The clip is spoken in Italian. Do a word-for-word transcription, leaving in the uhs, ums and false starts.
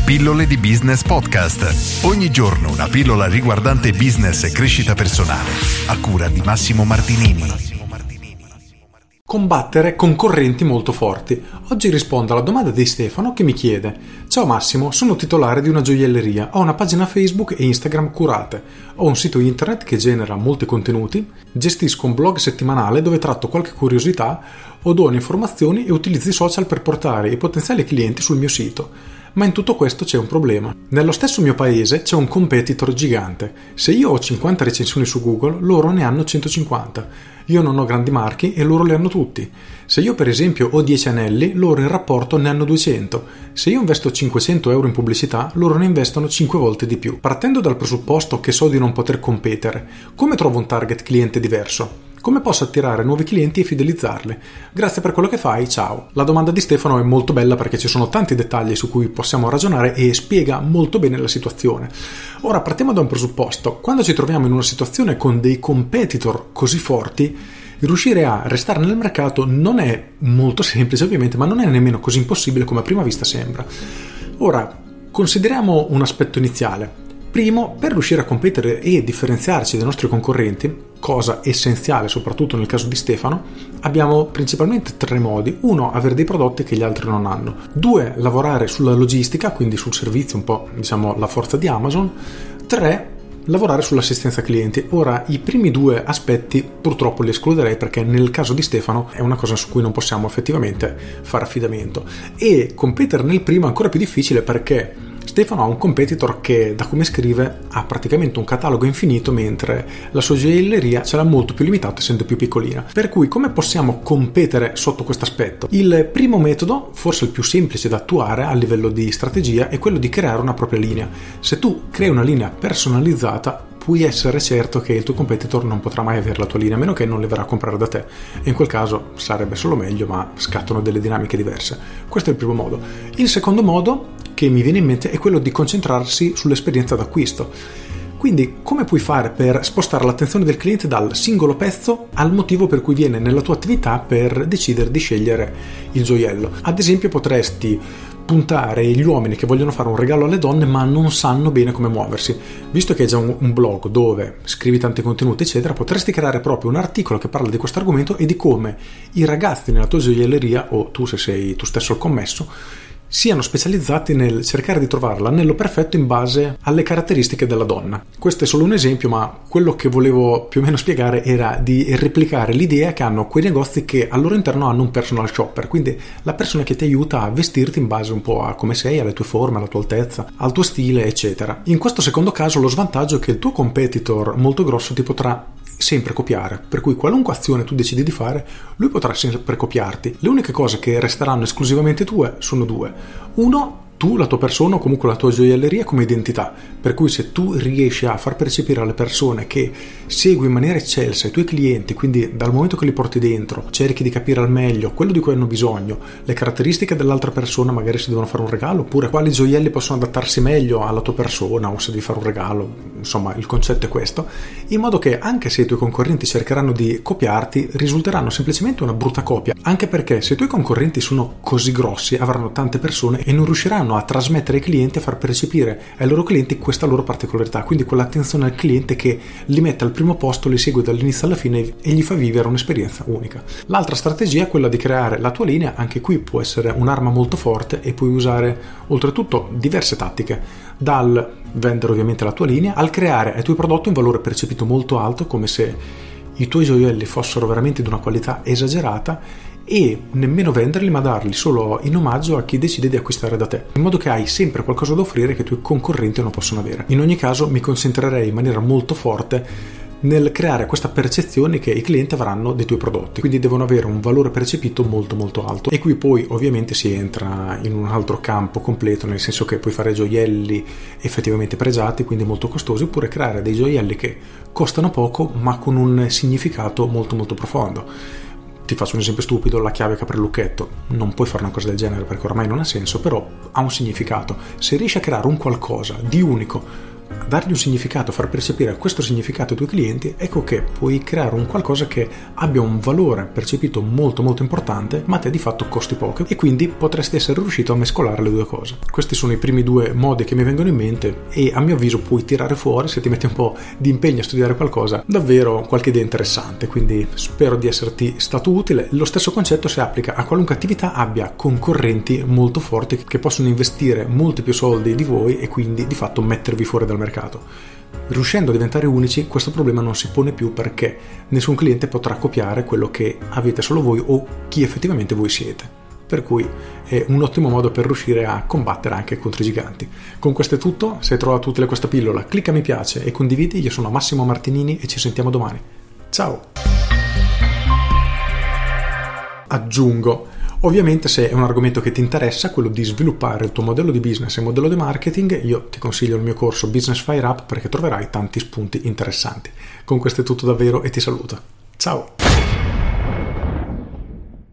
Pillole di Business Podcast. Ogni giorno una pillola riguardante business e crescita personale. A cura di Massimo Martinini. Combattere concorrenti molto forti. Oggi rispondo alla domanda di Stefano che mi chiede: ciao Massimo, sono titolare di una gioielleria, ho una pagina Facebook e Instagram curate, ho un sito internet che genera molti contenuti, gestisco un blog settimanale dove tratto qualche curiosità o dono informazioni e utilizzo i social per portare i potenziali clienti sul mio sito. Ma in tutto questo c'è un problema. Nello stesso mio paese c'è un competitor gigante. Se io ho cinquanta recensioni su Google, loro ne hanno centocinquanta. Io non ho grandi marchi e loro li hanno tutti. Se io per esempio ho dieci anelli, loro in rapporto ne hanno duecento. Se io investo cinquecento euro in pubblicità, loro ne investono cinque volte di più. Partendo dal presupposto che so di non poter competere, come trovo un target cliente diverso? Come posso attirare nuovi clienti e fidelizzarli? Grazie per quello che fai, ciao. La domanda di Stefano è molto bella perché ci sono tanti dettagli su cui possiamo ragionare e spiega molto bene la situazione. Ora partiamo da un presupposto. Quando ci troviamo in una situazione con dei competitor così forti, riuscire a restare nel mercato non è molto semplice ovviamente, ma non è nemmeno così impossibile come a prima vista sembra. Ora, consideriamo un aspetto iniziale. Primo, per riuscire a competere e differenziarci dai nostri concorrenti, cosa essenziale soprattutto nel caso di Stefano, abbiamo principalmente tre modi. Uno, avere dei prodotti che gli altri non hanno. Due, lavorare sulla logistica, quindi sul servizio, un po' diciamo la forza di Amazon. Tre, lavorare sull'assistenza clienti. Ora, i primi due aspetti purtroppo li escluderei perché nel caso di Stefano è una cosa su cui non possiamo effettivamente fare affidamento. E competere nel primo è ancora più difficile perché Stefano ha un competitor che, da come scrive, ha praticamente un catalogo infinito mentre la sua gioielleria ce l'ha molto più limitata essendo più piccolina. Per cui come possiamo competere sotto questo aspetto? Il primo metodo, forse il più semplice da attuare a livello di strategia, è quello di creare una propria linea. Se tu crei una linea personalizzata, puoi essere certo che il tuo competitor non potrà mai avere la tua linea, a meno che non le verrà a comprare da te. E in quel caso sarebbe solo meglio, ma scattano delle dinamiche diverse. Questo è il primo modo. Il secondo modo che mi viene in mente è quello di concentrarsi sull'esperienza d'acquisto. Quindi come puoi fare per spostare l'attenzione del cliente dal singolo pezzo al motivo per cui viene nella tua attività per decidere di scegliere il gioiello? Ad esempio potresti puntare gli uomini che vogliono fare un regalo alle donne ma non sanno bene come muoversi. Visto che hai già un, un blog dove scrivi tanti contenuti eccetera, potresti creare proprio un articolo che parla di questo argomento e di come i ragazzi nella tua gioielleria, o tu se sei tu stesso il commesso, siano specializzati nel cercare di trovare l'anello perfetto in base alle caratteristiche della donna. Questo è solo un esempio, ma quello che volevo più o meno spiegare era di replicare l'idea che hanno quei negozi che al loro interno hanno un personal shopper, quindi la persona che ti aiuta a vestirti in base un po' a come sei, alle tue forme, alla tua altezza, al tuo stile, eccetera. In questo secondo caso lo svantaggio è che il tuo competitor molto grosso ti potrà sempre copiare, per cui qualunque azione tu decidi di fare, lui potrà sempre copiarti. Le uniche cose che resteranno esclusivamente tue sono due. Uno, tu, la tua persona o comunque la tua gioielleria come identità, per cui se tu riesci a far percepire alle persone che segui in maniera eccelsa i tuoi clienti, quindi dal momento che li porti dentro cerchi di capire al meglio quello di cui hanno bisogno, le caratteristiche dell'altra persona, magari se devono fare un regalo, oppure quali gioielli possono adattarsi meglio alla tua persona o se devi fare un regalo, insomma il concetto è questo, in modo che anche se i tuoi concorrenti cercheranno di copiarti, risulteranno semplicemente una brutta copia, anche perché se i tuoi concorrenti sono così grossi avranno tante persone e non riusciranno a trasmettere ai clienti, a far percepire ai loro clienti questa loro particolarità, quindi quell'attenzione al cliente che li mette al primo posto, li segue dall'inizio alla fine e gli fa vivere un'esperienza unica. L'altra strategia è quella di creare la tua linea. Anche qui può essere un'arma molto forte e puoi usare oltretutto diverse tattiche, dal vendere ovviamente la tua linea al creare ai tuoi prodotti un valore percepito molto alto, come se i tuoi gioielli fossero veramente di una qualità esagerata, e nemmeno venderli ma darli solo in omaggio a chi decide di acquistare da te, in modo che hai sempre qualcosa da offrire che i tuoi concorrenti non possono avere. In ogni caso mi concentrerei in maniera molto forte nel creare questa percezione che i clienti avranno dei tuoi prodotti, quindi devono avere un valore percepito molto molto alto. E qui poi ovviamente si entra in un altro campo completo, nel senso che puoi fare gioielli effettivamente pregiati, quindi molto costosi, oppure creare dei gioielli che costano poco ma con un significato molto molto profondo. Ti faccio un esempio stupido: la chiave che apre il lucchetto. Non puoi fare una cosa del genere perché ormai non ha senso, però ha un significato. Se riesci a creare un qualcosa di unico dargli un significato, far percepire questo significato ai tuoi clienti, ecco che puoi creare un qualcosa che abbia un valore percepito molto molto importante, ma a te di fatto costi poco, e quindi potresti essere riuscito a mescolare le due cose. Questi sono i primi due modi che mi vengono in mente e a mio avviso puoi tirare fuori, se ti metti un po' di impegno a studiare qualcosa, davvero qualche idea interessante, quindi spero di esserti stato utile. Lo stesso concetto si applica a qualunque attività abbia concorrenti molto forti che possono investire molti più soldi di voi e quindi di fatto mettervi fuori dal mercato. Riuscendo a diventare unici, questo problema non si pone più perché nessun cliente potrà copiare quello che avete solo voi o chi effettivamente voi siete. Per cui è un ottimo modo per riuscire a combattere anche contro i giganti. Con questo è tutto, se hai trovato utile questa pillola clicca mi piace e condividi. Io sono Massimo Martinini e ci sentiamo domani. Ciao! Aggiungo, ovviamente se è un argomento che ti interessa, quello di sviluppare il tuo modello di business e modello di marketing, io ti consiglio il mio corso Business Fire Up perché troverai tanti spunti interessanti. Con questo è tutto davvero e ti saluto. Ciao!